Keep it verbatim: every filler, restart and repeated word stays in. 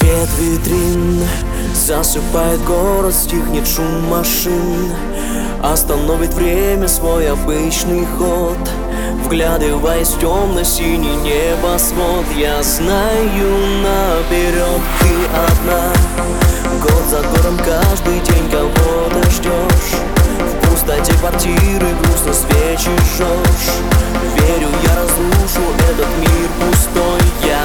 Свет витрин засыпает город, стихнет шум машин, остановит время свой обычный ход. Вглядываясь в темно-синий небосвод, я знаю наперед, ты одна. Год за годом каждый день кого-то ждешь. В пустоте квартиры грустно свечи жжешь. Верю, я разрушу этот мир пустой. Я